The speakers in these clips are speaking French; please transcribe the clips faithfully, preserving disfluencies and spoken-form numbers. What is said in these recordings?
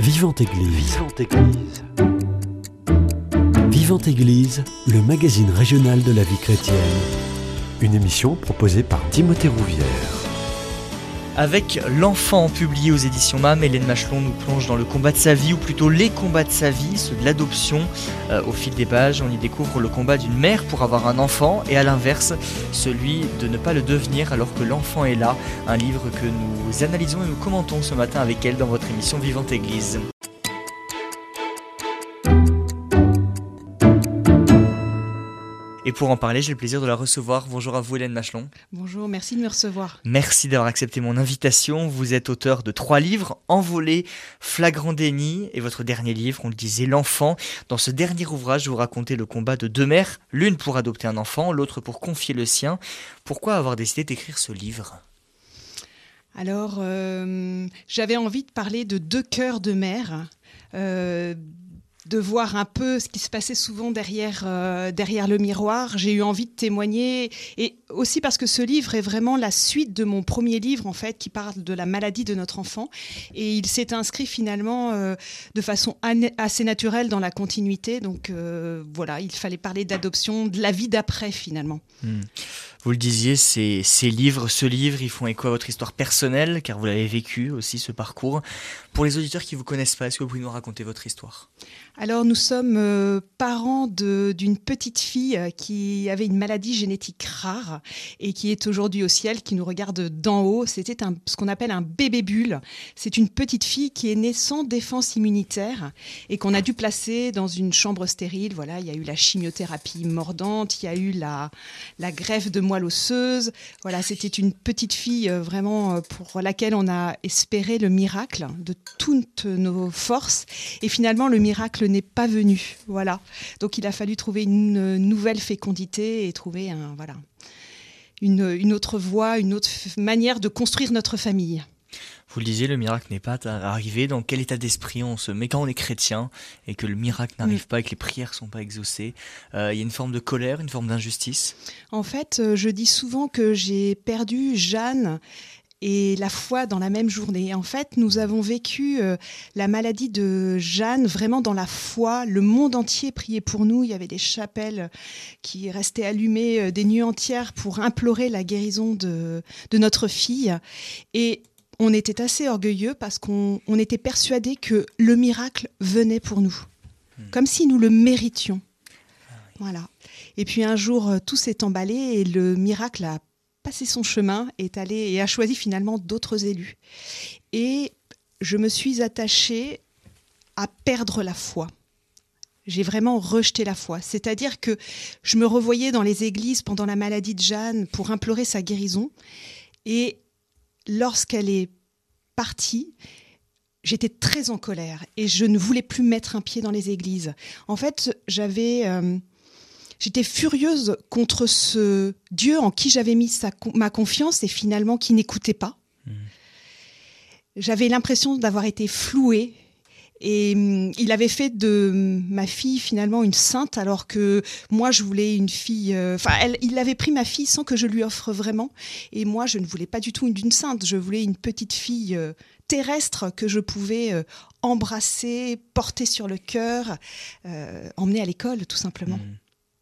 Vivante Église. Vivante Église. Vivante Église, le magazine régional de la vie chrétienne. Une émission proposée par Timothée Rouvière. Avec L'Enfant, publié aux éditions M A M, Hélène Machelon nous plonge dans le combat de sa vie, ou plutôt les combats de sa vie, ceux de l'adoption. Euh, au fil des pages, on y découvre le combat d'une mère pour avoir un enfant, et à l'inverse, celui de ne pas le devenir alors que l'enfant est là. Un livre que nous analysons et nous commentons ce matin avec elle dans votre émission Vivante Église. Et pour en parler, j'ai le plaisir de la recevoir. Bonjour à vous, Hélène Machelon. Bonjour, merci de me recevoir. Merci d'avoir accepté mon invitation. Vous êtes auteur de trois livres, Envolé, Flagrant déni et votre dernier livre, on le disait, L'Enfant. Dans ce dernier ouvrage, vous racontez le combat de deux mères, l'une pour adopter un enfant, l'autre pour confier le sien. Pourquoi avoir décidé d'écrire ce livre ? Alors, euh, j'avais envie de parler de deux cœurs de mère, euh, de voir un peu ce qui se passait souvent derrière, euh, derrière le miroir. J'ai eu envie de témoigner, et aussi parce que ce livre est vraiment la suite de mon premier livre, en fait, qui parle de la maladie de notre enfant. Et il s'est inscrit finalement euh, de façon an- assez naturelle dans la continuité. Donc euh, voilà, il fallait parler d'adoption, de la vie d'après finalement. Hmm. Vous le disiez, ces, ces livres, ce livre, ils font écho à votre histoire personnelle, car vous l'avez vécu aussi, ce parcours. Pour les auditeurs qui ne vous connaissent pas, est-ce que vous pouvez nous raconter votre histoire ? Alors, nous sommes euh, parents de, d'une petite fille euh, qui avait une maladie génétique rare et qui est aujourd'hui au ciel, qui nous regarde d'en haut. C'était un, ce qu'on appelle un bébé bulle. C'est une petite fille qui est née sans défense immunitaire et qu'on a dû placer dans une chambre stérile. Voilà, il y a eu la chimiothérapie mordante, il y a eu la, la greffe de moelle osseuse. Voilà, c'était une petite fille euh, vraiment euh, pour laquelle on a espéré le miracle de toutes nos forces. Et finalement, le miracle n'est pas venu. Voilà. Donc, il a fallu trouver une nouvelle fécondité et trouver un, voilà, une, une autre voie, une autre f- manière de construire notre famille. Vous le disiez, le miracle n'est pas arrivé. Dans quel état d'esprit on se met quand on est chrétien et que le miracle n'arrive mmh. pas et que les prières ne sont pas exaucées ? Euh, il y a une forme de colère, une forme d'injustice ? En fait, euh, je dis souvent que j'ai perdu Jeanne et la foi dans la même journée. En fait, nous avons vécu euh, la maladie de Jeanne vraiment dans la foi. Le monde entier priait pour nous. Il y avait des chapelles qui restaient allumées euh, des nuits entières pour implorer la guérison de, de notre fille. Et on était assez orgueilleux parce qu'on on était persuadés que le miracle venait pour nous, mmh. comme si nous le méritions. Ah oui. Voilà. Et puis un jour, tout s'est emballé et le miracle a passé son chemin, est allé et a choisi finalement d'autres élus. Et je me suis attachée à perdre la foi. J'ai vraiment rejeté la foi. C'est-à-dire que je me revoyais dans les églises pendant la maladie de Jeanne pour implorer sa guérison. Et lorsqu'elle est partie, j'étais très en colère et je ne voulais plus mettre un pied dans les églises. En fait, j'avais... Euh, J'étais furieuse contre ce Dieu en qui j'avais mis sa, ma confiance et finalement qui n'écoutait pas. Mmh. J'avais l'impression d'avoir été flouée et hum, il avait fait de ma fille finalement une sainte alors que moi je voulais une fille... Enfin, euh, il avait pris ma fille sans que je lui offre vraiment et moi je ne voulais pas du tout une, une sainte. Je voulais une petite fille euh, terrestre que je pouvais euh, embrasser, porter sur le cœur, euh, emmener à l'école tout simplement. Mmh.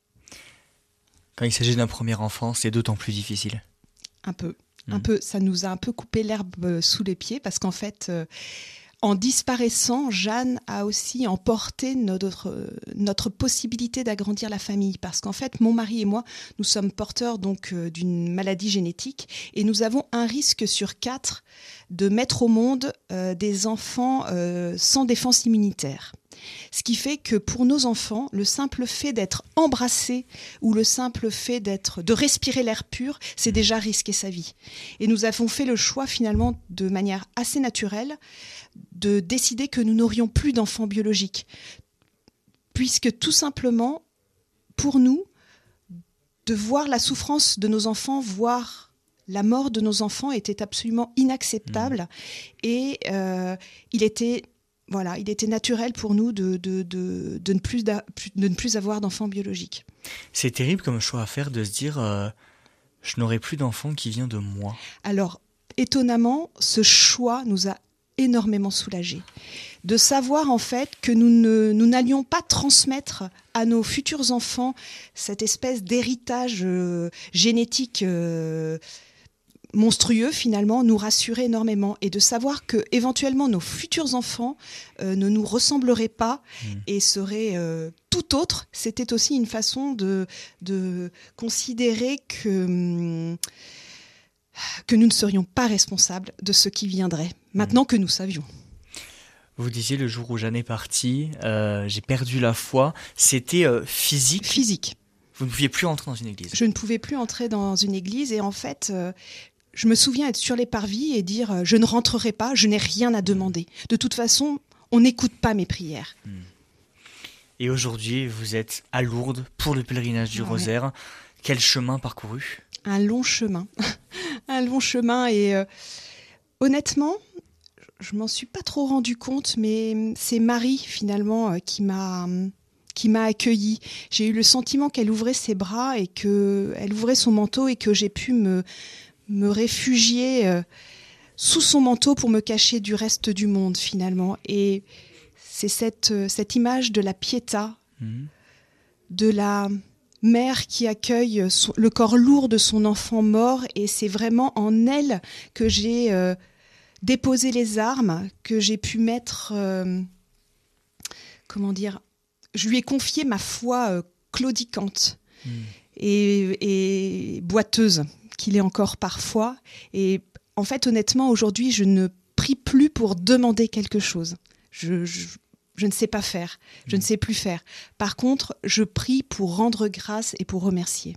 Quand il s'agit d'un premier enfant, c'est d'autant plus difficile. Un peu, mmh. un peu. Ça nous a un peu coupé l'herbe sous les pieds parce qu'en fait, euh, en disparaissant, Jeanne a aussi emporté notre, notre possibilité d'agrandir la famille. Parce qu'en fait, mon mari et moi, nous sommes porteurs donc euh, d'une maladie génétique et nous avons un risque sur quatre de mettre au monde euh, des enfants euh, sans défense immunitaire. Ce qui fait que pour nos enfants, le simple fait d'être embrassé ou le simple fait d'être, de respirer l'air pur, c'est déjà risquer sa vie. Et nous avons fait le choix finalement de manière assez naturelle de décider que nous n'aurions plus d'enfants biologiques. Puisque tout simplement, pour nous, de voir la souffrance de nos enfants, voir la mort de nos enfants était absolument inacceptable. Mmh. Et euh, il était... Voilà, il était naturel pour nous de, de, de, de, ne, plus de ne plus avoir d'enfants biologiques. C'est terrible comme choix à faire de se dire euh, je n'aurai plus d'enfant qui vient de moi. Alors, étonnamment, ce choix nous a énormément soulagée. De savoir en fait que nous ne, nous n'allions pas transmettre à nos futurs enfants cette espèce d'héritage euh, génétique euh, monstrueux finalement, nous rassurait énormément. Et de savoir que éventuellement nos futurs enfants euh, ne nous ressembleraient pas mmh. et seraient euh, tout autres, c'était aussi une façon de, de considérer que, que nous ne serions pas responsables de ce qui viendrait, maintenant mmh. que nous savions. Vous disiez le jour où Jeanne est partie, euh, j'ai perdu la foi. C'était euh, physique. Physique. Vous ne pouviez plus entrer dans une église. Je ne pouvais plus entrer dans une église et en fait, euh, je me souviens être sur les parvis et dire euh, je ne rentrerai pas, je n'ai rien à demander. De toute façon, on n'écoute pas mes prières. Hmm. Et aujourd'hui, vous êtes à Lourdes pour le pèlerinage du ah, Rosaire. Ouais. Quel chemin parcouru ? Un long chemin, un long chemin et euh, honnêtement. Je m'en suis pas trop rendu compte, mais c'est Marie finalement euh, qui m'a qui m'a accueillie. J'ai eu le sentiment qu'elle ouvrait ses bras et que elle ouvrait son manteau et que j'ai pu me me réfugier euh, sous son manteau pour me cacher du reste du monde finalement. Et c'est cette euh, cette image de la Pietà, mmh. de la mère qui accueille son, le corps lourd de son enfant mort, et c'est vraiment en elle que j'ai euh, déposer les armes, que j'ai pu mettre, euh, comment dire, je lui ai confié ma foi euh, claudicante mmh. et, et boiteuse, qu'il est encore parfois. Et en fait, honnêtement, aujourd'hui, je ne prie plus pour demander quelque chose. Je, je, je ne sais pas faire, mmh. je ne sais plus faire. Par contre, je prie pour rendre grâce et pour remercier.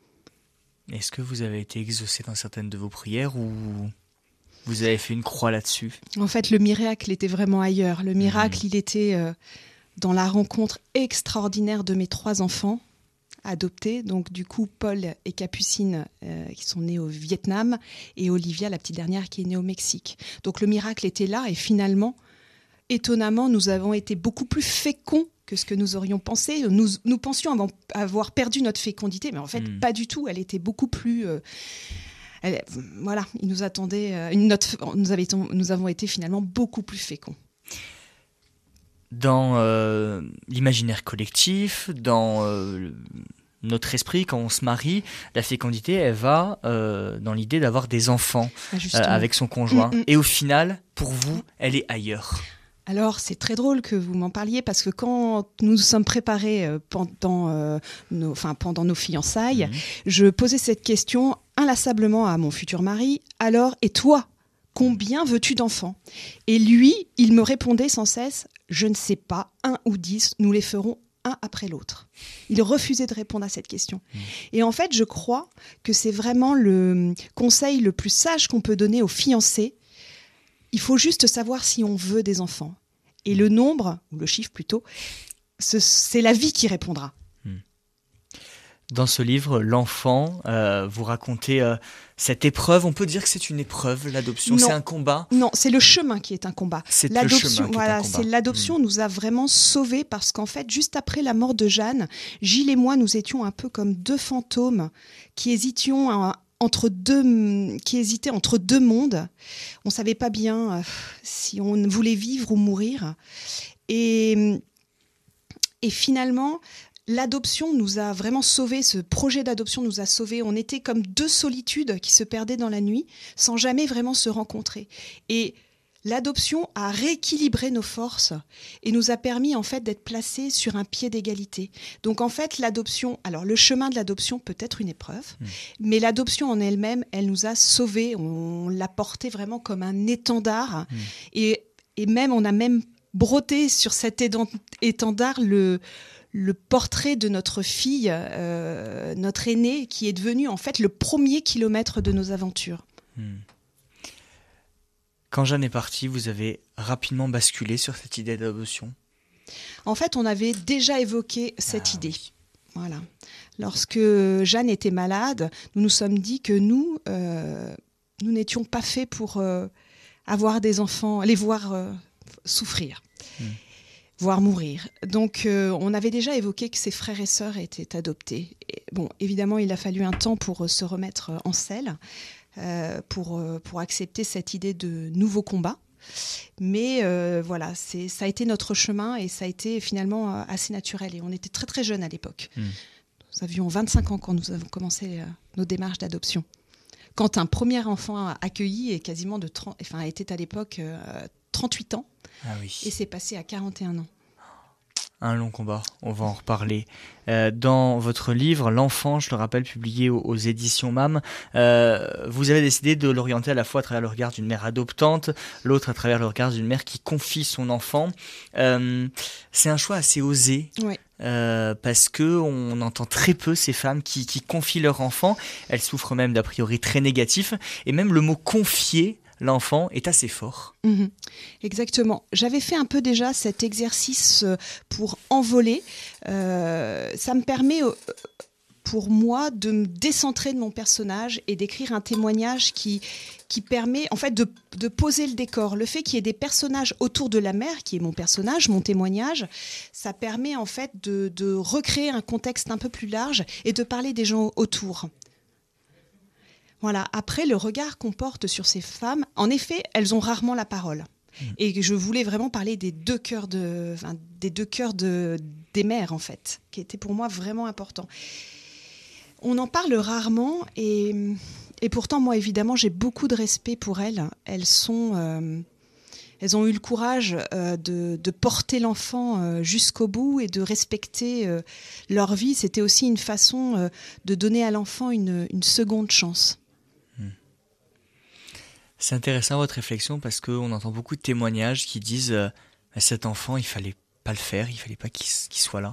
Est-ce que vous avez été exaucé dans certaines de vos prières ou... Vous avez fait une croix là-dessus. En fait, le miracle était vraiment ailleurs. Le miracle, mmh. il était euh, dans la rencontre extraordinaire de mes trois enfants adoptés. Donc, du coup, Paul et Capucine, euh, qui sont nés au Vietnam, et Olivia, la petite dernière, qui est née au Mexique. Donc, le miracle était là. Et finalement, étonnamment, nous avons été beaucoup plus féconds que ce que nous aurions pensé. Nous, nous pensions avoir perdu notre fécondité, mais en fait, mmh. pas du tout. Elle était beaucoup plus... Euh, Elle, voilà, il nous attendait euh, une note. Nous, avait, nous avons été finalement beaucoup plus féconds. Dans euh, l'imaginaire collectif, dans euh, notre esprit, quand on se marie, la fécondité, elle va euh, dans l'idée d'avoir des enfants ah, euh, avec son conjoint. Mm-hmm. Et au final, pour vous, elle est ailleurs. Alors, c'est très drôle que vous m'en parliez parce que quand nous nous sommes préparés euh, pendant, euh, nos, enfin, pendant nos fiançailles, mmh. je posais cette question inlassablement à mon futur mari. Alors, et toi, combien veux-tu d'enfants ? Et lui, il me répondait sans cesse, je ne sais pas, un ou dix, nous les ferons un après l'autre. Il refusait de répondre à cette question. Mmh. Et en fait, je crois que c'est vraiment le conseil le plus sage qu'on peut donner aux fiancés. Il faut juste savoir si on veut des enfants. Et le nombre, ou le chiffre plutôt, ce, c'est la vie qui répondra. Dans ce livre, L'Enfant, euh, vous racontez euh, cette épreuve. On peut dire que c'est une épreuve, l'adoption. Non. C'est un combat. Non, c'est le chemin qui est un combat. C'est l'adoption, le chemin qui voilà, est un combat. C'est l'adoption mmh. nous a vraiment sauvés parce qu'en fait, juste après la mort de Jeanne, Gilles et moi, nous étions un peu comme deux fantômes qui hésitions à... Entre deux, qui hésitaient entre deux mondes. On ne savait pas bien euh, si on voulait vivre ou mourir. Et, et finalement, l'adoption nous a vraiment sauvés. Ce projet d'adoption nous a sauvés. On était comme deux solitudes qui se perdaient dans la nuit sans jamais vraiment se rencontrer. Et l'adoption a rééquilibré nos forces et nous a permis en fait d'être placés sur un pied d'égalité. Donc en fait l'adoption, alors le chemin de l'adoption peut être une épreuve, mmh. mais l'adoption en elle-même, elle nous a sauvés. On l'a portée vraiment comme un étendard mmh. et, et même on a même brodé sur cet étendard le le portrait de notre fille, euh, notre aînée, qui est devenue en fait le premier kilomètre de nos aventures. Mmh. Quand Jeanne est partie, vous avez rapidement basculé sur cette idée d'adoption ? En fait, on avait déjà évoqué cette ah, idée. Oui. Voilà. Lorsque Jeanne était malade, nous nous sommes dit que nous, euh, nous n'étions pas faits pour euh, avoir des enfants, les voir euh, souffrir, mmh. voire mourir. Donc, euh, on avait déjà évoqué que ses frères et sœurs étaient adoptés. Et, bon, évidemment, il a fallu un temps pour euh, se remettre en selle. Euh, pour, euh, pour accepter cette idée de nouveau combat. Mais euh, voilà, c'est, ça a été notre chemin et ça a été finalement euh, assez naturel. Et on était très très jeunes à l'époque. Mmh. Nous avions vingt-cinq ans quand nous avons commencé euh, nos démarches d'adoption. Quand un premier enfant accueilli est quasiment de trente, enfin, était à l'époque euh, trente-huit ans. Ah oui. Et c'est passé à quarante et un ans. Un long combat, on va en reparler. Euh, dans votre livre, L'enfant, je le rappelle, publié aux, aux éditions M A M, euh, vous avez décidé de l'orienter à la fois à travers le regard d'une mère adoptante, l'autre à travers le regard d'une mère qui confie son enfant. Euh, c'est un choix assez osé. Oui. Euh, parce que on entend très peu ces femmes qui, qui confient leur enfant. Elles souffrent même d'a priori très négatifs. Et même le mot confier l'enfant est assez fort. Mmh, exactement. J'avais fait un peu déjà cet exercice pour envoler. Euh, ça me permet, pour moi, de me décentrer de mon personnage et d'écrire un témoignage qui, qui permet en fait de, de poser le décor. Le fait qu'il y ait des personnages autour de la mère, qui est mon personnage, mon témoignage, ça permet en fait de, de recréer un contexte un peu plus large et de parler des gens autour. Voilà. Après, le regard qu'on porte sur ces femmes, en effet, elles ont rarement la parole. Mmh. Et je voulais vraiment parler des deux cœurs, de, enfin, des, deux cœurs de, des mères, en fait, qui étaient pour moi vraiment importants. On en parle rarement et, et pourtant, moi, évidemment, j'ai beaucoup de respect pour elles. Elles sont... Euh, elles ont eu le courage euh, de, de porter l'enfant euh, jusqu'au bout et de respecter euh, leur vie. C'était aussi une façon euh, de donner à l'enfant une, une seconde chance. C'est intéressant votre réflexion parce qu'on entend beaucoup de témoignages qui disent euh, « cet enfant, il fallait pas le faire, il fallait pas qu'il, qu'il soit là ».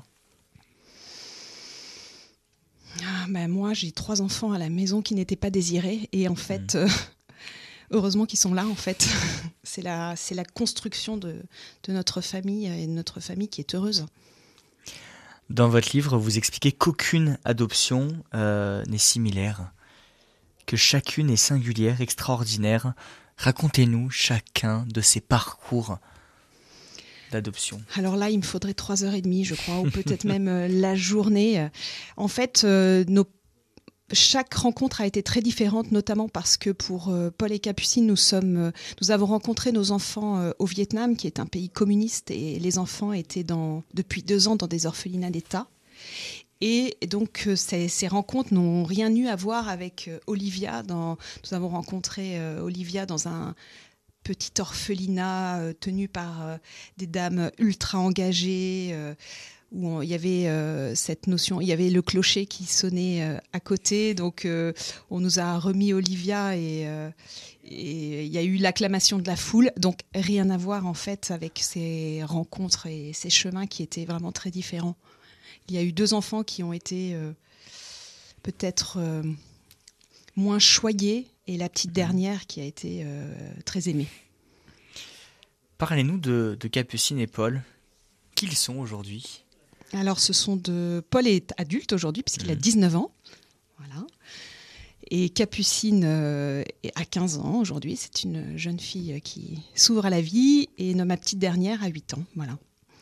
Ah, ben moi, j'ai trois enfants à la maison qui n'étaient pas désirés et en fait, mmh. euh, heureusement qu'ils sont là en fait. c'est, la, c'est la construction de, de notre famille et de notre famille qui est heureuse. Dans votre livre, vous expliquez qu'aucune adoption euh, n'est similaire, que chacune est singulière, extraordinaire. Racontez-nous chacun de ces parcours d'adoption. Alors là, il me faudrait trois heures et demie, je crois, ou peut-être même euh, la journée. En fait, euh, nos... chaque rencontre a été très différente, notamment parce que pour euh, Paul et Capucine, nous, sommes, euh, nous avons rencontré nos enfants euh, au Vietnam, qui est un pays communiste, et les enfants étaient dans, depuis deux ans dans des orphelinats d'État. Et donc, ces, ces rencontres n'ont rien eu à voir avec euh, Olivia. Dans, nous avons rencontré euh, Olivia dans un petit orphelinat euh, tenu par euh, des dames ultra engagées, euh, où on, il y avait euh, cette notion, il y avait le clocher qui sonnait euh, à côté. Donc, euh, on nous a remis Olivia et, euh, et il y a eu l'acclamation de la foule. Donc, rien à voir en fait avec ces rencontres et ces chemins qui étaient vraiment très différents. Il y a eu deux enfants qui ont été euh, peut-être euh, moins choyés et la petite dernière qui a été euh, très aimée. Parlez-nous de, de Capucine et Paul. Qui ils sont aujourd'hui ? Alors, ce sont de... Paul est adulte aujourd'hui puisqu'il mmh. a dix-neuf ans. Voilà. Et Capucine euh, a quinze ans aujourd'hui. C'est une jeune fille qui s'ouvre à la vie et ma petite dernière a huit ans. Voilà.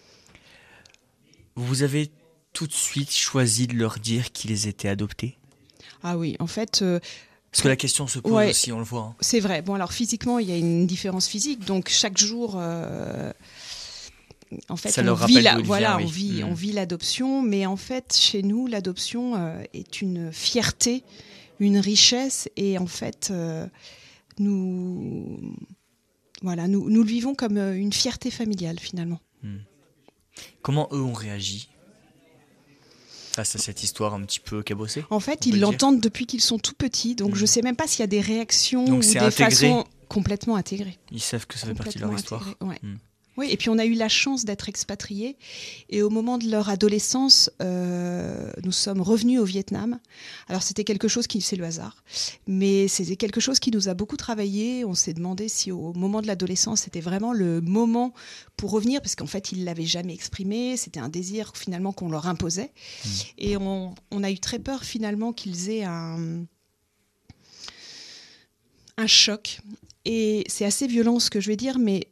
Vous avez tout de suite choisi de leur dire qu'ils étaient adoptés ? Ah oui, en fait... Euh, Parce que la question se pose ouais, aussi, on le voit. Hein. C'est vrai. Bon, alors physiquement, il y a une différence physique. Donc, chaque jour, euh, en fait, ça on, leur vit la, Olivia, voilà, oui. on, vit, mmh. on vit l'adoption. Mais en fait, chez nous, l'adoption euh, est une fierté, une richesse. Et en fait, euh, nous, voilà, nous, nous le vivons comme une fierté familiale, finalement. Mmh. Comment eux ont réagi face à cette histoire un petit peu cabossée ? En fait, ils l'entendent depuis qu'ils sont tout petits, donc mmh. je ne sais même pas s'il y a des réactions donc ou c'est des intégré. façons complètement intégrées. Ils savent que ça fait partie de leur histoire. Ouais. Mmh. Oui, et puis on a eu la chance d'être expatriés. Et au moment de leur adolescence, euh, nous sommes revenus au Vietnam. Alors c'était quelque chose qui, c'est le hasard, mais c'était quelque chose qui nous a beaucoup travaillé. On s'est demandé si au moment de l'adolescence, c'était vraiment le moment pour revenir, parce qu'en fait, ils ne l'avaient jamais exprimé. C'était un désir finalement qu'on leur imposait. Mmh. Et on, on a eu très peur finalement qu'ils aient un, un choc. Et c'est assez violent ce que je vais dire, mais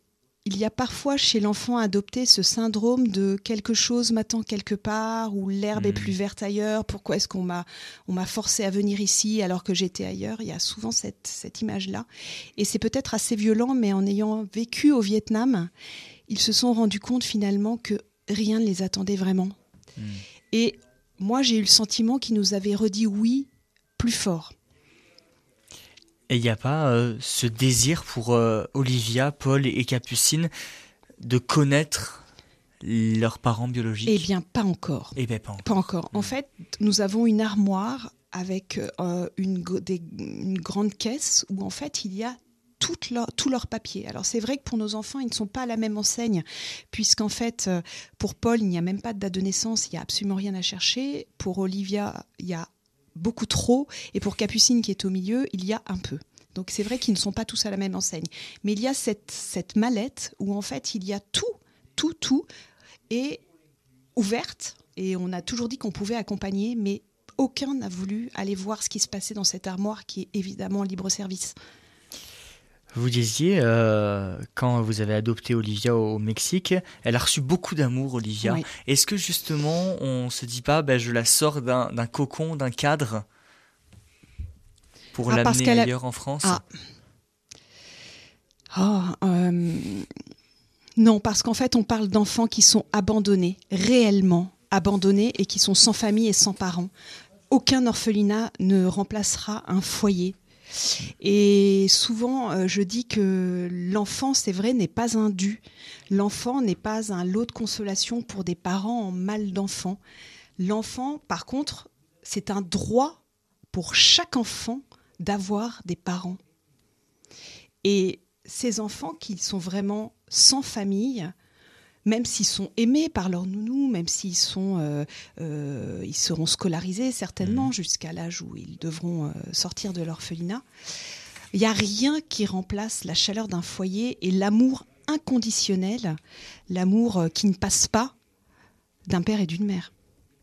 il y a parfois chez l'enfant adopté ce syndrome de quelque chose m'attend quelque part, ou l'herbe mmh. est plus verte ailleurs, pourquoi est-ce qu'on m'a, on m'a forcé à venir ici alors que j'étais ailleurs. Il y a souvent cette, cette image-là. Et c'est peut-être assez violent, mais en ayant vécu au Vietnam, ils se sont rendus compte finalement que rien ne les attendait vraiment. Mmh. Et moi, j'ai eu le sentiment qu'ils nous avaient redit oui plus fort. Et il n'y a pas euh, ce désir pour euh, Olivia, Paul et Capucine de connaître leurs parents biologiques ? Eh bien, pas encore. Eh bien, pas encore. Pas encore. Mmh. En fait, nous avons une armoire avec euh, une, des, une grande caisse où, en fait, il y a tous leurs leur papiers. Alors, c'est vrai que pour nos enfants, ils ne sont pas à la même enseigne, puisqu'en fait, euh, pour Paul, il n'y a même pas de date de naissance, il n'y a absolument rien à chercher. Pour Olivia, il y a beaucoup trop, et pour Capucine qui est au milieu, il y a un peu. Donc c'est vrai qu'ils ne sont pas tous à la même enseigne. Mais il y a cette, cette mallette où en fait il y a tout, tout, tout, et ouverte, et on a toujours dit qu'on pouvait accompagner, mais aucun n'a voulu aller voir ce qui se passait dans cette armoire qui est évidemment en libre service. Vous disiez, euh, quand vous avez adopté Olivia au, au Mexique, elle a reçu beaucoup d'amour, Olivia. Oui. Est-ce que justement, on ne se dit pas, ben, je la sors d'un, d'un cocon, d'un cadre, pour ah, l'amener ailleurs a... en France ? ah. Oh, euh... Non, parce qu'en fait, on parle d'enfants qui sont abandonnés, réellement abandonnés, et qui sont sans famille et sans parents. Aucun orphelinat ne remplacera un foyer. Et souvent, euh, je dis que l'enfant, c'est vrai, n'est pas un dû. L'enfant n'est pas un lot de consolation pour des parents en mal d'enfant. L'enfant, par contre, c'est un droit pour chaque enfant d'avoir des parents. Et ces enfants qui sont vraiment sans famille, même s'ils sont aimés par leur nounou, même s'ils sont, euh, euh, ils seront scolarisés certainement mmh. jusqu'à l'âge où ils devront euh, sortir de l'orphelinat, il n'y a rien qui remplace la chaleur d'un foyer et l'amour inconditionnel, l'amour euh, qui ne passe pas d'un père et d'une mère.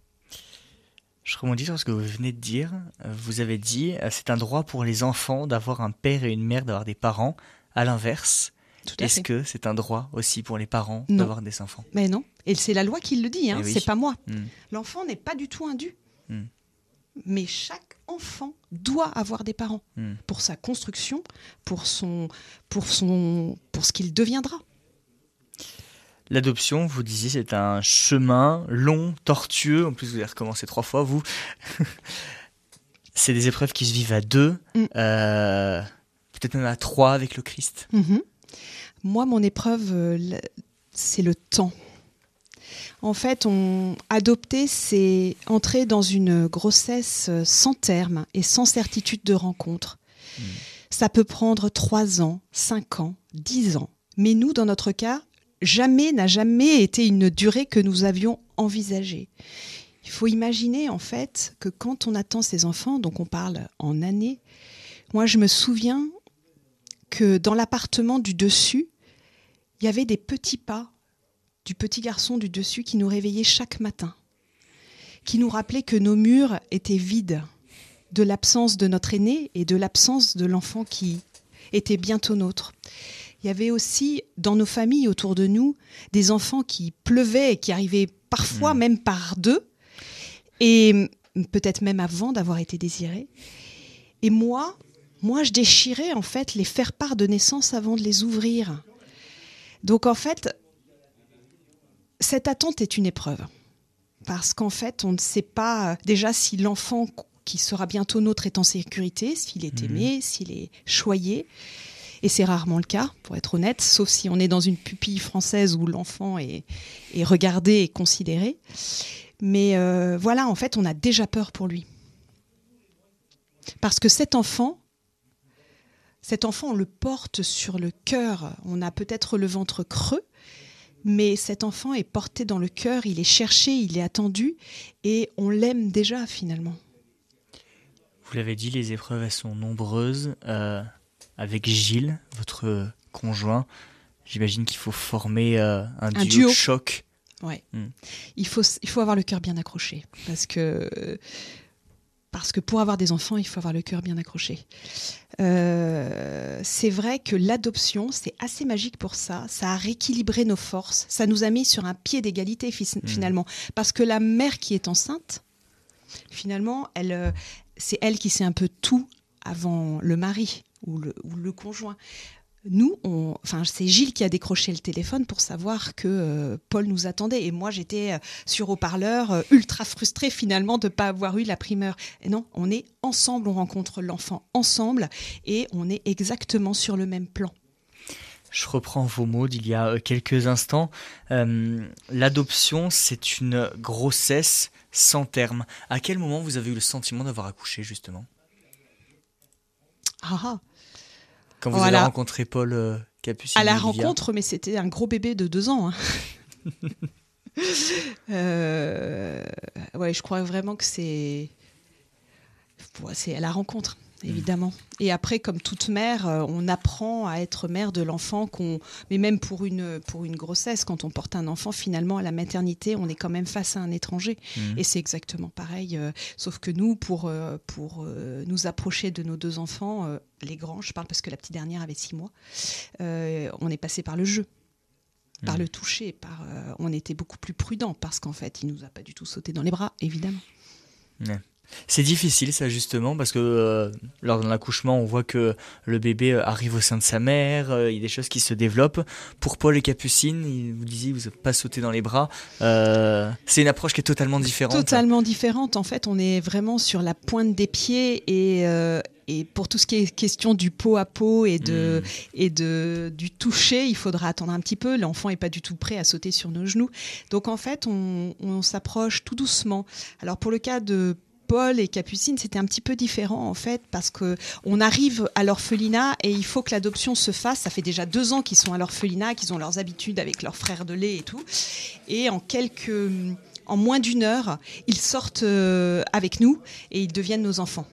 Je rebondis sur ce que vous venez de dire. Vous avez dit euh, c'est un droit pour les enfants d'avoir un père et une mère, d'avoir des parents. À l'inverse, est-ce fait. que c'est un droit aussi pour les parents non. d'avoir des enfants ? Mais non, et c'est la loi qui le dit, hein, oui. c'est pas moi. Mm. L'enfant n'est pas du tout un dû. Mm. Mais chaque enfant doit avoir des parents mm. pour sa construction, pour, son, pour, son, pour ce qu'il deviendra. L'adoption, vous disiez, c'est un chemin long, tortueux. En plus, vous avez recommencé trois fois, vous. C'est des épreuves qui se vivent à deux, mm. euh, peut-être même à trois avec le Christ. Mm-hmm. Moi, mon épreuve, c'est le temps. En fait, on, adopter, c'est entrer dans une grossesse sans terme et sans certitude de rencontre. Mmh. Ça peut prendre trois ans, cinq ans, dix ans. Mais nous, dans notre cas, jamais n'a jamais été une durée que nous avions envisagée. Il faut imaginer, en fait, que quand on attend ses enfants, donc on parle en années, moi, je me souviens que dans l'appartement du dessus, il y avait des petits pas du petit garçon du dessus qui nous réveillait chaque matin, qui nous rappelait que nos murs étaient vides de l'absence de notre aîné et de l'absence de l'enfant qui était bientôt nôtre. Il y avait aussi, dans nos familles autour de nous, des enfants qui pleuvaient et qui arrivaient parfois mmh. même par deux, et peut-être même avant d'avoir été désirés. Et moi, moi, je déchirais en fait les faire-part de naissance avant de les ouvrir. Donc en fait, cette attente est une épreuve. Parce qu'en fait, on ne sait pas déjà si l'enfant qui sera bientôt nôtre est en sécurité, s'il est aimé, mmh. s'il est choyé. Et c'est rarement le cas, pour être honnête, sauf si on est dans une pupille française où l'enfant est, est regardé et considéré. Mais euh, voilà, en fait, on a déjà peur pour lui. Parce que cet enfant, cet enfant, on le porte sur le cœur. On a peut-être le ventre creux, mais cet enfant est porté dans le cœur, il est cherché, il est attendu, et on l'aime déjà, finalement. Vous l'avez dit, les épreuves, elles sont nombreuses. Euh, avec Gilles, votre conjoint, j'imagine qu'il faut former euh, un, un duo, duo choc. Ouais. Mm. Il faut, il faut avoir le cœur bien accroché, parce que parce que pour avoir des enfants, il faut avoir le cœur bien accroché. Euh, c'est vrai que l'adoption, c'est assez magique pour ça. Ça a rééquilibré nos forces. Ça nous a mis sur un pied d'égalité fi- finalement. Mmh. Parce que la mère qui est enceinte, finalement, elle, euh, c'est elle qui sait un peu tout avant le mari ou le, ou le conjoint. Nous, on, enfin, c'est Gilles qui a décroché le téléphone pour savoir que euh, Paul nous attendait. Et moi, j'étais euh, sur haut-parleur, euh, ultra frustrée finalement de ne pas avoir eu la primeur. Et non, on est ensemble, on rencontre l'enfant ensemble et on est exactement sur le même plan. Je reprends vos mots d'il y a quelques instants. Euh, l'adoption, c'est une grossesse sans terme. À quel moment vous avez eu le sentiment d'avoir accouché, justement ? Ah ah. Quand vous oh, avez la... rencontré Paul euh, Capucine. À la Olivia. rencontre, mais c'était un gros bébé de deux ans. Hein. euh... Ouais, je crois vraiment que c'est... Ouais, c'est à la rencontre, évidemment. Mmh. Et après, comme toute mère, on apprend à être mère de l'enfant. Qu'on... Mais même pour une, pour une grossesse, quand on porte un enfant, finalement, à la maternité, on est quand même face à un étranger. Mmh. Et c'est exactement pareil. Euh, sauf que nous, pour, euh, pour euh, nous approcher de nos deux enfants, euh, les grands, je parle parce que la petite dernière avait six mois, euh, on est passé par le jeu. Par mmh. le toucher. Par, euh, on était beaucoup plus prudents parce qu'en fait, il ne nous a pas du tout sauté dans les bras, évidemment. Ouais. C'est difficile ça justement parce que euh, lors de l'accouchement on voit que le bébé arrive au sein de sa mère, euh, il y a des choses qui se développent. Pour Paul et Capucine, il, vous disiez vous n'avez pas sauté dans les bras, euh, c'est une approche qui est totalement différente. Totalement différente, en fait on est vraiment sur la pointe des pieds et, euh, et pour tout ce qui est question du pot à pot et, de, mmh. et de, du toucher, il faudra attendre un petit peu, l'enfant n'est pas du tout prêt à sauter sur nos genoux. Donc en fait on, on s'approche tout doucement. Alors pour le cas de Paul et Capucine, c'était un petit peu différent en fait parce qu'on arrive à l'orphelinat et il faut que l'adoption se fasse. Ça fait déjà deux ans qu'ils sont à l'orphelinat, qu'ils ont leurs habitudes avec leurs frères de lait et tout. Et en quelques, en moins d'une heure, ils sortent avec nous et ils deviennent nos enfants.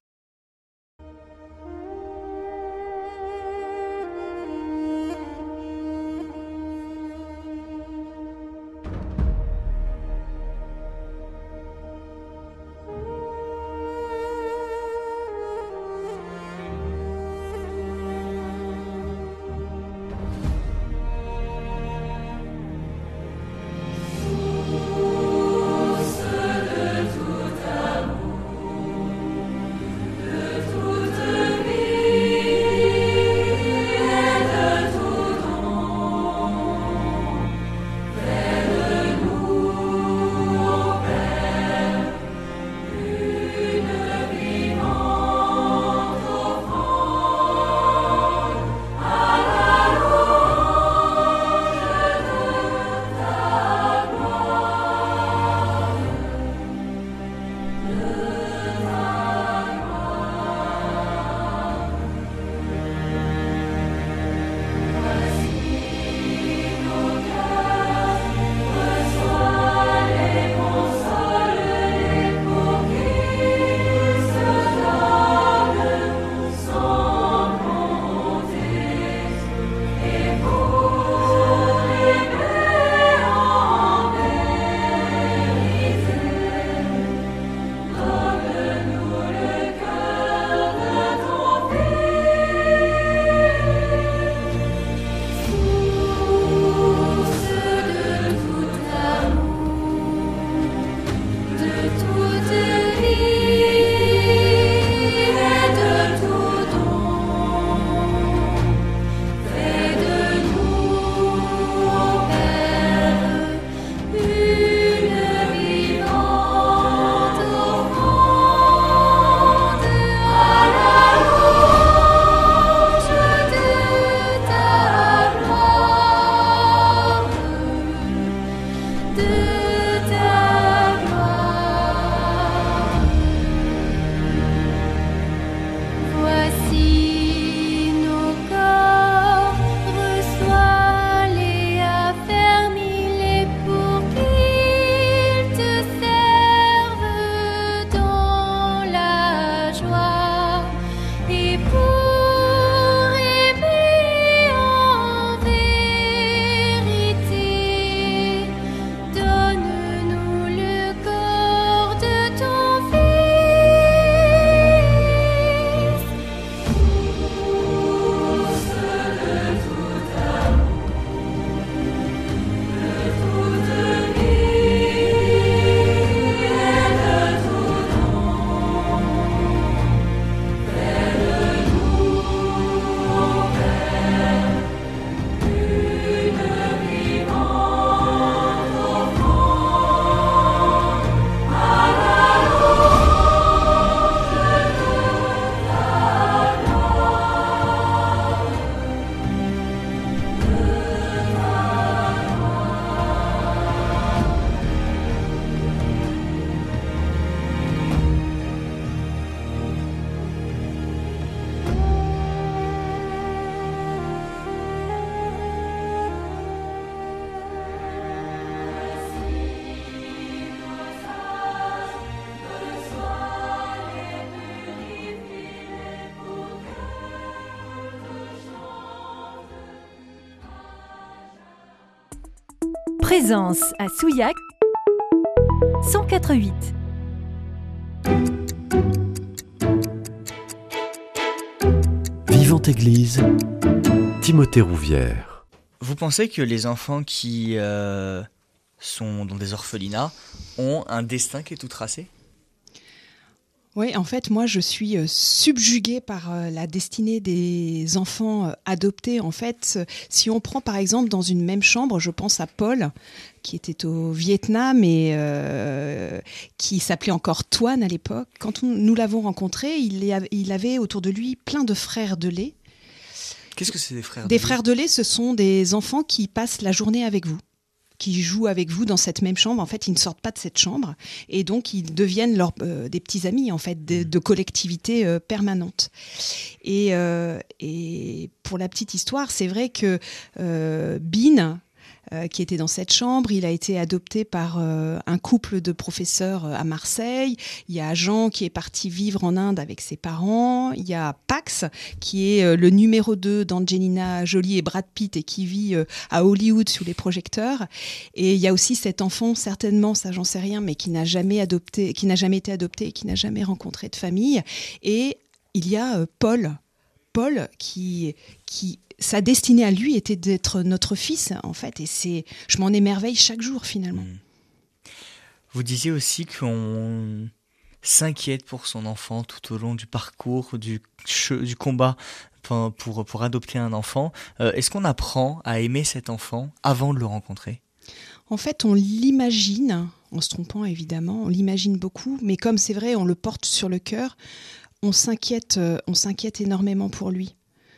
Présence à Souillac cent quatre virgule huit. Vivante Église, Timothée Rouvière. Vous pensez que les enfants qui euh, sont dans des orphelinats ont un destin qui est tout tracé ? Oui, en fait, moi, je suis euh, subjuguée par euh, la destinée des enfants euh, adoptés. En fait, euh, si on prend par exemple dans une même chambre, je pense à Paul, qui était au Vietnam et euh, qui s'appelait encore Toine à l'époque. Quand on, nous l'avons rencontré, il, y avait, il avait autour de lui plein de frères de lait. Qu'est-ce que c'est des frères de Des lait ? frères de lait, ce sont des enfants qui passent la journée avec vous, qui jouent avec vous dans cette même chambre. En fait, ils ne sortent pas de cette chambre et donc ils deviennent leur, euh, des petits amis en fait, de, de collectivité euh, permanente. Et, euh, et pour la petite histoire, c'est vrai que euh, Bin, euh, qui était dans cette chambre, il a été adopté par euh, un couple de professeurs à Marseille. Il y a Jean qui est parti vivre en Inde avec ses parents. Il y a Pax qui est euh, le numéro deux d'Angelina Jolie et Brad Pitt et qui vit euh, à Hollywood sous les projecteurs. Et il y a aussi cet enfant, certainement, ça j'en sais rien, mais qui n'a jamais adopté, qui n'a jamais été adopté et qui n'a jamais rencontré de famille. Et il y a euh, Paul, Paul qui, qui sa destinée à lui était d'être notre fils, en fait, et c'est, je m'en émerveille chaque jour, finalement. Mmh. Vous disiez aussi qu'on s'inquiète pour son enfant tout au long du parcours, du, du combat pour, pour, pour adopter un enfant. Euh, est-ce qu'on apprend à aimer cet enfant avant de le rencontrer ? En fait, on l'imagine, en se trompant évidemment, on l'imagine beaucoup, mais comme c'est vrai, on le porte sur le cœur, on s'inquiète, euh, on s'inquiète énormément pour lui.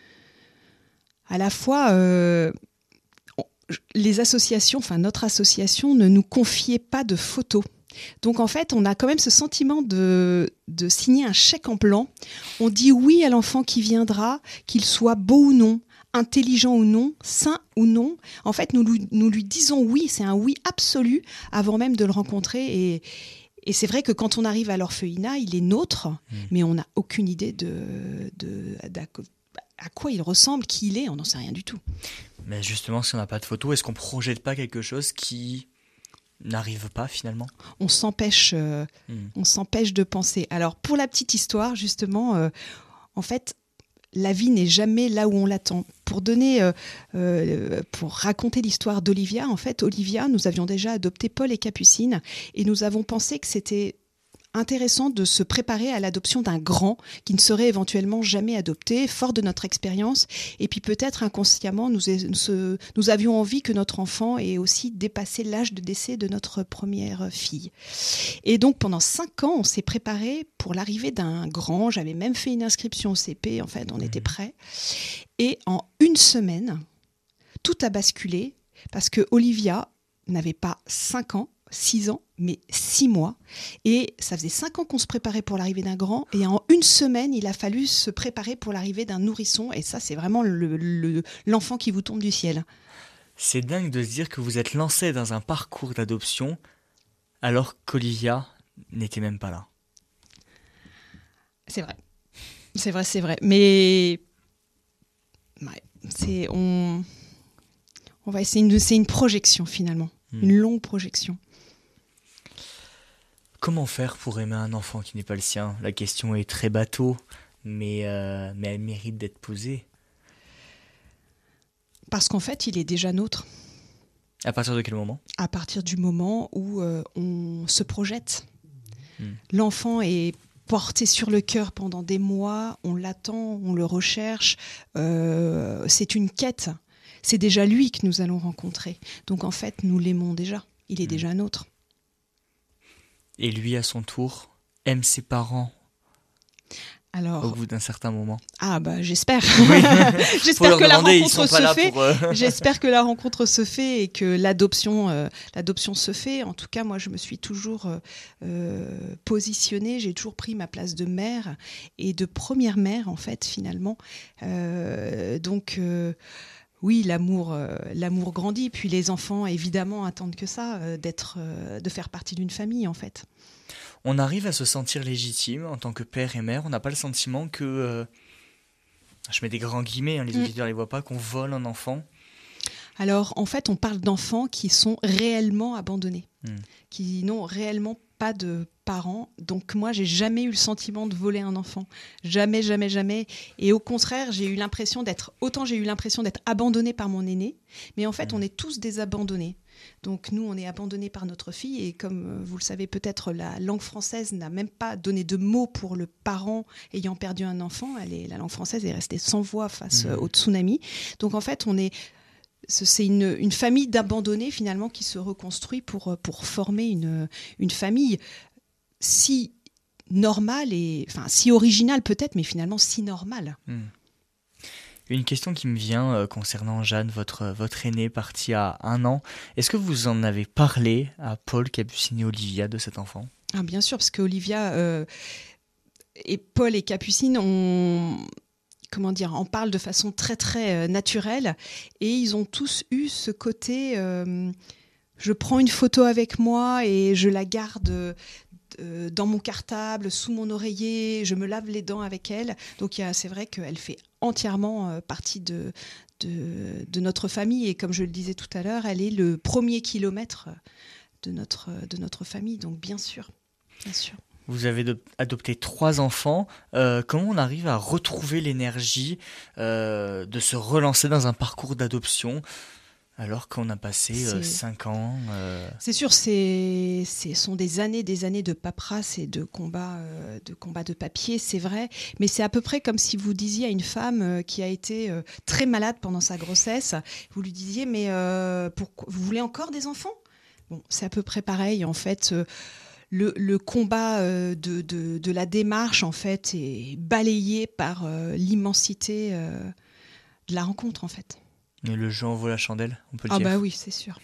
À la fois, euh, on, les associations, enfin notre association ne nous confiait pas de photos. Donc en fait, on a quand même ce sentiment de, de signer un chèque en blanc. On dit oui à l'enfant qui viendra, qu'il soit beau ou non, intelligent ou non, sain ou non. En fait, nous, nous lui disons oui, c'est un oui absolu avant même de le rencontrer. Et, et c'est vrai que quand on arrive à l'orphelinat, il est nôtre, mmh. mais on n'a aucune idée de... de, de, de à quoi il ressemble, qui il est, on n'en sait rien du tout. Mais justement, si on n'a pas de photos, est-ce qu'on ne projette pas quelque chose qui n'arrive pas finalement ? On s'empêche, euh, mmh. on s'empêche de penser. Alors, pour la petite histoire, justement, euh, en fait, la vie n'est jamais là où on l'attend. Pour donner, euh, euh, pour raconter l'histoire d'Olivia, en fait, Olivia, nous avions déjà adopté Paul et Capucine, et nous avons pensé que c'était intéressant de se préparer à l'adoption d'un grand qui ne serait éventuellement jamais adopté, fort de notre expérience. Et puis peut-être inconsciemment, nous, nous, nous avions envie que notre enfant ait aussi dépassé l'âge de décès de notre première fille. Et donc pendant cinq ans, on s'est préparé pour l'arrivée d'un grand. J'avais même fait une inscription au C P, en fait, on était prêts. Et en une semaine, tout a basculé parce que Olivia n'avait pas cinq ans, six ans, mais six mois. Et ça faisait cinq ans qu'on se préparait pour l'arrivée d'un grand. Et en une semaine, il a fallu se préparer pour l'arrivée d'un nourrisson. Et ça, c'est vraiment le, le, l'enfant qui vous tombe du ciel. C'est dingue de se dire que vous êtes lancé dans un parcours d'adoption alors qu'Olivia n'était même pas là. C'est vrai. C'est vrai, c'est vrai. Mais ouais, c'est, on... On va essayer une... C'est une projection, finalement. Mmh. Une longue projection. Comment faire pour aimer un enfant qui n'est pas le sien ? La question est très bateau, mais, euh, mais elle mérite d'être posée. Parce qu'en fait, il est déjà nôtre. À partir de quel moment ? À partir du moment où euh, on se projette. Hmm. L'enfant est porté sur le cœur pendant des mois, on l'attend, on le recherche. Euh, c'est une quête. C'est déjà lui que nous allons rencontrer. Donc en fait, nous l'aimons déjà. Il est hmm. déjà nôtre. Et lui, à son tour, aime ses parents Alors, au bout d'un certain moment. Ah bah j'espère. Oui. J'espère que demander, la rencontre se fait. Pour, euh... J'espère que la rencontre se fait et que l'adoption, euh, l'adoption se fait. En tout cas, moi, je me suis toujours euh, positionnée. J'ai toujours pris ma place de mère et de première mère, en fait, finalement. Euh, donc. Euh, Oui, l'amour, euh, l'amour grandit. Puis les enfants, évidemment, attendent que ça, euh, d'être, euh, de faire partie d'une famille, en fait. On arrive à se sentir légitime en tant que père et mère. On n'a pas le sentiment que, euh, je mets des grands guillemets, hein, les auditeurs ne mmh. les voient pas, qu'on vole un enfant. Alors, en fait, on parle d'enfants qui sont réellement abandonnés, mmh. qui n'ont réellement pas de parents. Donc, moi, j'ai jamais eu le sentiment de voler un enfant. Jamais, jamais, jamais. Et au contraire, j'ai eu l'impression d'être... Autant j'ai eu l'impression d'être abandonnée par mon aîné, mais en fait, mmh. on est tous des abandonnés. Donc, nous, on est abandonnés par notre fille. Et comme vous le savez peut-être, la langue française n'a même pas donné de mots pour le parent ayant perdu un enfant. Elle est, la langue française est restée sans voix face mmh. au tsunami. Donc, en fait, on est... C'est une, une famille d'abandonnés finalement qui se reconstruit pour, pour former une, une famille si normale, et, enfin si originale peut-être, mais finalement si normale. Mmh. Une question qui me vient euh, concernant Jeanne, votre, votre aînée partie à un an. Est-ce que vous en avez parlé à Paul, Capucine et Olivia de cet enfant ? Ah, bien sûr, parce qu'Olivia euh, et Paul et Capucine ont... comment dire, en parlent de façon très très euh, naturelle, et ils ont tous eu ce côté euh, je prends une photo avec moi et je la garde euh, dans mon cartable, sous mon oreiller, je me lave les dents avec elle. Donc y a, c'est vrai qu'elle fait entièrement euh, partie de, de, de notre famille, et comme je le disais tout à l'heure, elle est le premier kilomètre de notre, de notre famille, donc bien sûr, bien sûr. Vous avez de, adopté trois enfants. Euh, comment on arrive à retrouver l'énergie euh, de se relancer dans un parcours d'adoption alors qu'on a passé euh, cinq ans euh... C'est sûr, c'est, ce sont des années, des années de paperasse et de combats euh, de, combat de papier, c'est vrai. Mais c'est à peu près comme si vous disiez à une femme euh, qui a été euh, très malade pendant sa grossesse, vous lui disiez, mais euh, pourquoi, vous voulez encore des enfants ? Bon, c'est à peu près pareil, en fait. Euh, Le, le combat euh, de, de, de la démarche, en fait, est balayé par euh, l'immensité euh, de la rencontre, en fait. Et le jeu en vaut la chandelle, on peut le ah dire. Ah bah oui, c'est sûr.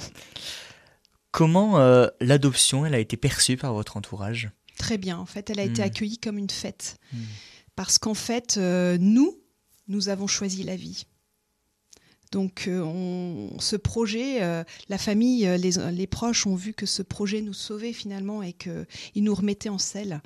Comment euh, l'adoption, elle a été perçue par votre entourage ? Très bien, en fait, elle a mmh. été accueillie comme une fête. Mmh. Parce qu'en fait, euh, nous, nous avons choisi la vie. Donc, euh, on, ce projet, euh, la famille, euh, les, les proches ont vu que ce projet nous sauvait finalement et qu'il nous remettait en selle.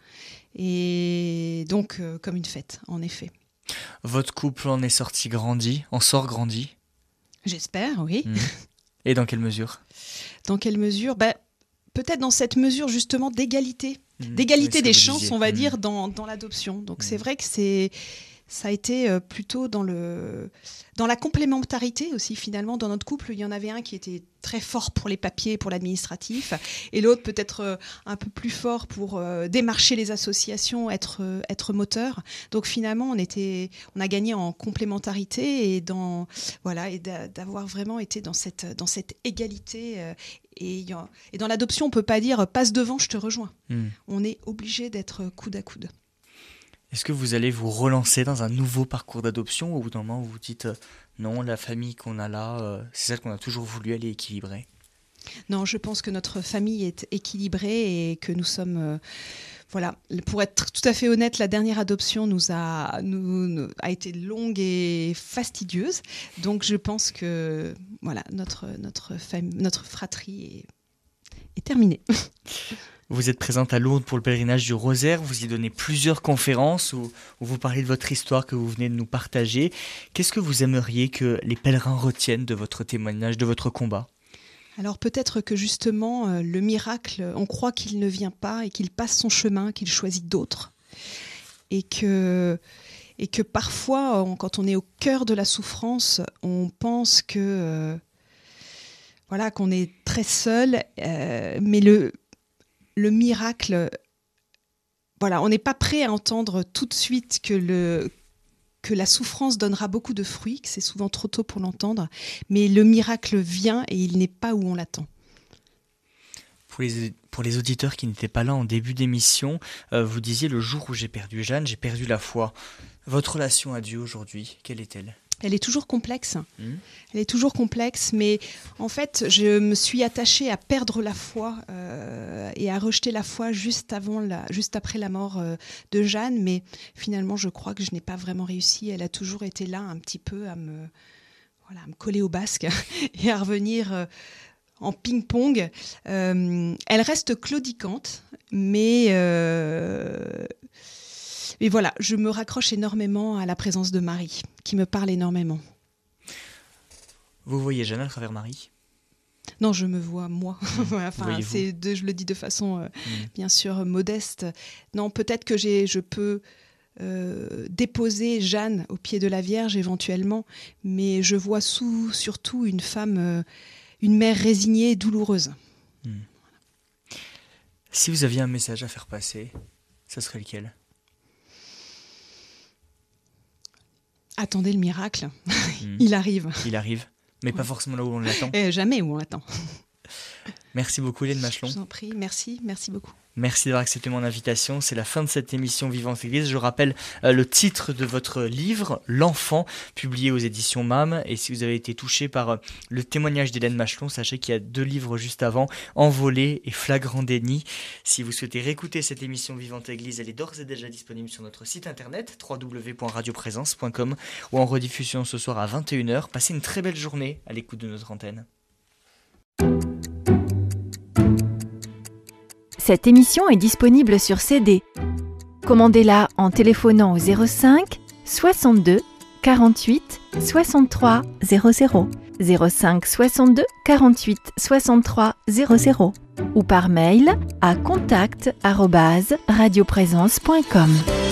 Et donc, euh, comme une fête, en effet. Votre couple en est sorti grandi, en sort grandi ? J'espère, oui. Mmh. Et dans quelle mesure ? Dans quelle mesure ? bah, Peut-être dans cette mesure justement d'égalité. Mmh. D'égalité des chances, disiez. on va mmh. dire, dans, dans l'adoption. Donc, mmh. c'est vrai que c'est... Ça a été plutôt dans, le, dans la complémentarité aussi, finalement. Dans notre couple, il y en avait un qui était très fort pour les papiers, pour l'administratif, et l'autre peut-être un peu plus fort pour démarcher les associations, être, être moteur. Donc finalement, on, était, on a gagné en complémentarité et, dans, voilà, et d'avoir vraiment été dans cette, dans cette égalité. Et, et dans l'adoption, on ne peut pas dire « passe devant, je te rejoins mmh. ». On est obligé d'être coude à coude. Est-ce que vous allez vous relancer dans un nouveau parcours d'adoption, ou au bout d'un moment vous vous dites euh, non, la famille qu'on a là, euh, c'est celle qu'on a toujours voulu, elle est équilibrée ? Non, je pense que notre famille est équilibrée et que nous sommes... Euh, voilà, pour être tout à fait honnête, la dernière adoption nous a, nous, nous, a été longue et fastidieuse. Donc je pense que voilà, notre, notre, fam- notre fratrie est, est terminée. Vous êtes présente à Lourdes pour le pèlerinage du Rosaire, vous y donnez plusieurs conférences où, où vous parlez de votre histoire que vous venez de nous partager. Qu'est-ce que vous aimeriez que les pèlerins retiennent de votre témoignage, de votre combat ? Alors peut-être que justement, euh, le miracle, on croit qu'il ne vient pas et qu'il passe son chemin, qu'il choisit d'autres. Et que, et que parfois, on, quand on est au cœur de la souffrance, on pense que, euh, voilà, qu'on est très seul, euh, mais le... Le miracle, voilà, on n'est pas prêt à entendre tout de suite que, le, que la souffrance donnera beaucoup de fruits, que c'est souvent trop tôt pour l'entendre, mais le miracle vient et il n'est pas où on l'attend. Pour les, pour les auditeurs qui n'étaient pas là en début d'émission, euh, vous disiez le jour où j'ai perdu Jeanne, j'ai perdu la foi. Votre relation à Dieu aujourd'hui, quelle est-elle ? Elle est toujours complexe. Mmh. Elle est toujours complexe, mais en fait, je me suis attachée à perdre la foi euh, et à rejeter la foi juste avant, la, juste après la mort euh, de Jeanne. Mais finalement, je crois que je n'ai pas vraiment réussi. Elle a toujours été là, un petit peu à me, voilà, à me coller au basque et à revenir euh, en ping-pong. Euh, elle reste claudicante, mais euh, Et voilà, je me raccroche énormément à la présence de Marie, qui me parle énormément. Vous voyez Jeanne à travers Marie ? Non, je me vois moi. Mmh. enfin, c'est de, je le dis de façon euh, mmh. bien sûr modeste. Non, peut-être que j'ai, je peux euh, déposer Jeanne au pied de la Vierge éventuellement, mais je vois sous, surtout une femme, euh, une mère résignée et douloureuse. Mmh. Si vous aviez un message à faire passer, ça serait lequel ? Attendez le miracle. Mmh. Il arrive. Il arrive, mais pas forcément là où on l'attend. Et jamais où on l'attend. Merci beaucoup Hélène Machelon. Je vous en prie, merci, merci beaucoup. Merci d'avoir accepté mon invitation. C'est la fin de cette émission Vivante Église. Je rappelle euh, le titre de votre livre, L'Enfant, publié aux éditions M A M. Et si vous avez été touché par euh, le témoignage d'Hélène Machelon, sachez qu'il y a deux livres juste avant, Envolé et Flagrant déni. Si vous souhaitez réécouter cette émission Vivante Église, elle est d'ores et déjà disponible sur notre site internet w w w point radio présence point com ou en rediffusion ce soir à vingt et une heures. Passez une très belle journée à l'écoute de notre antenne. Cette émission est disponible sur C D. Commandez-la en téléphonant au zéro cinq soixante-deux quarante-huit soixante-trois zéro zéro, zéro cinq soixante-deux quarante-huit soixante-trois zéro zéro ou par mail à contact arobase radio présence point com.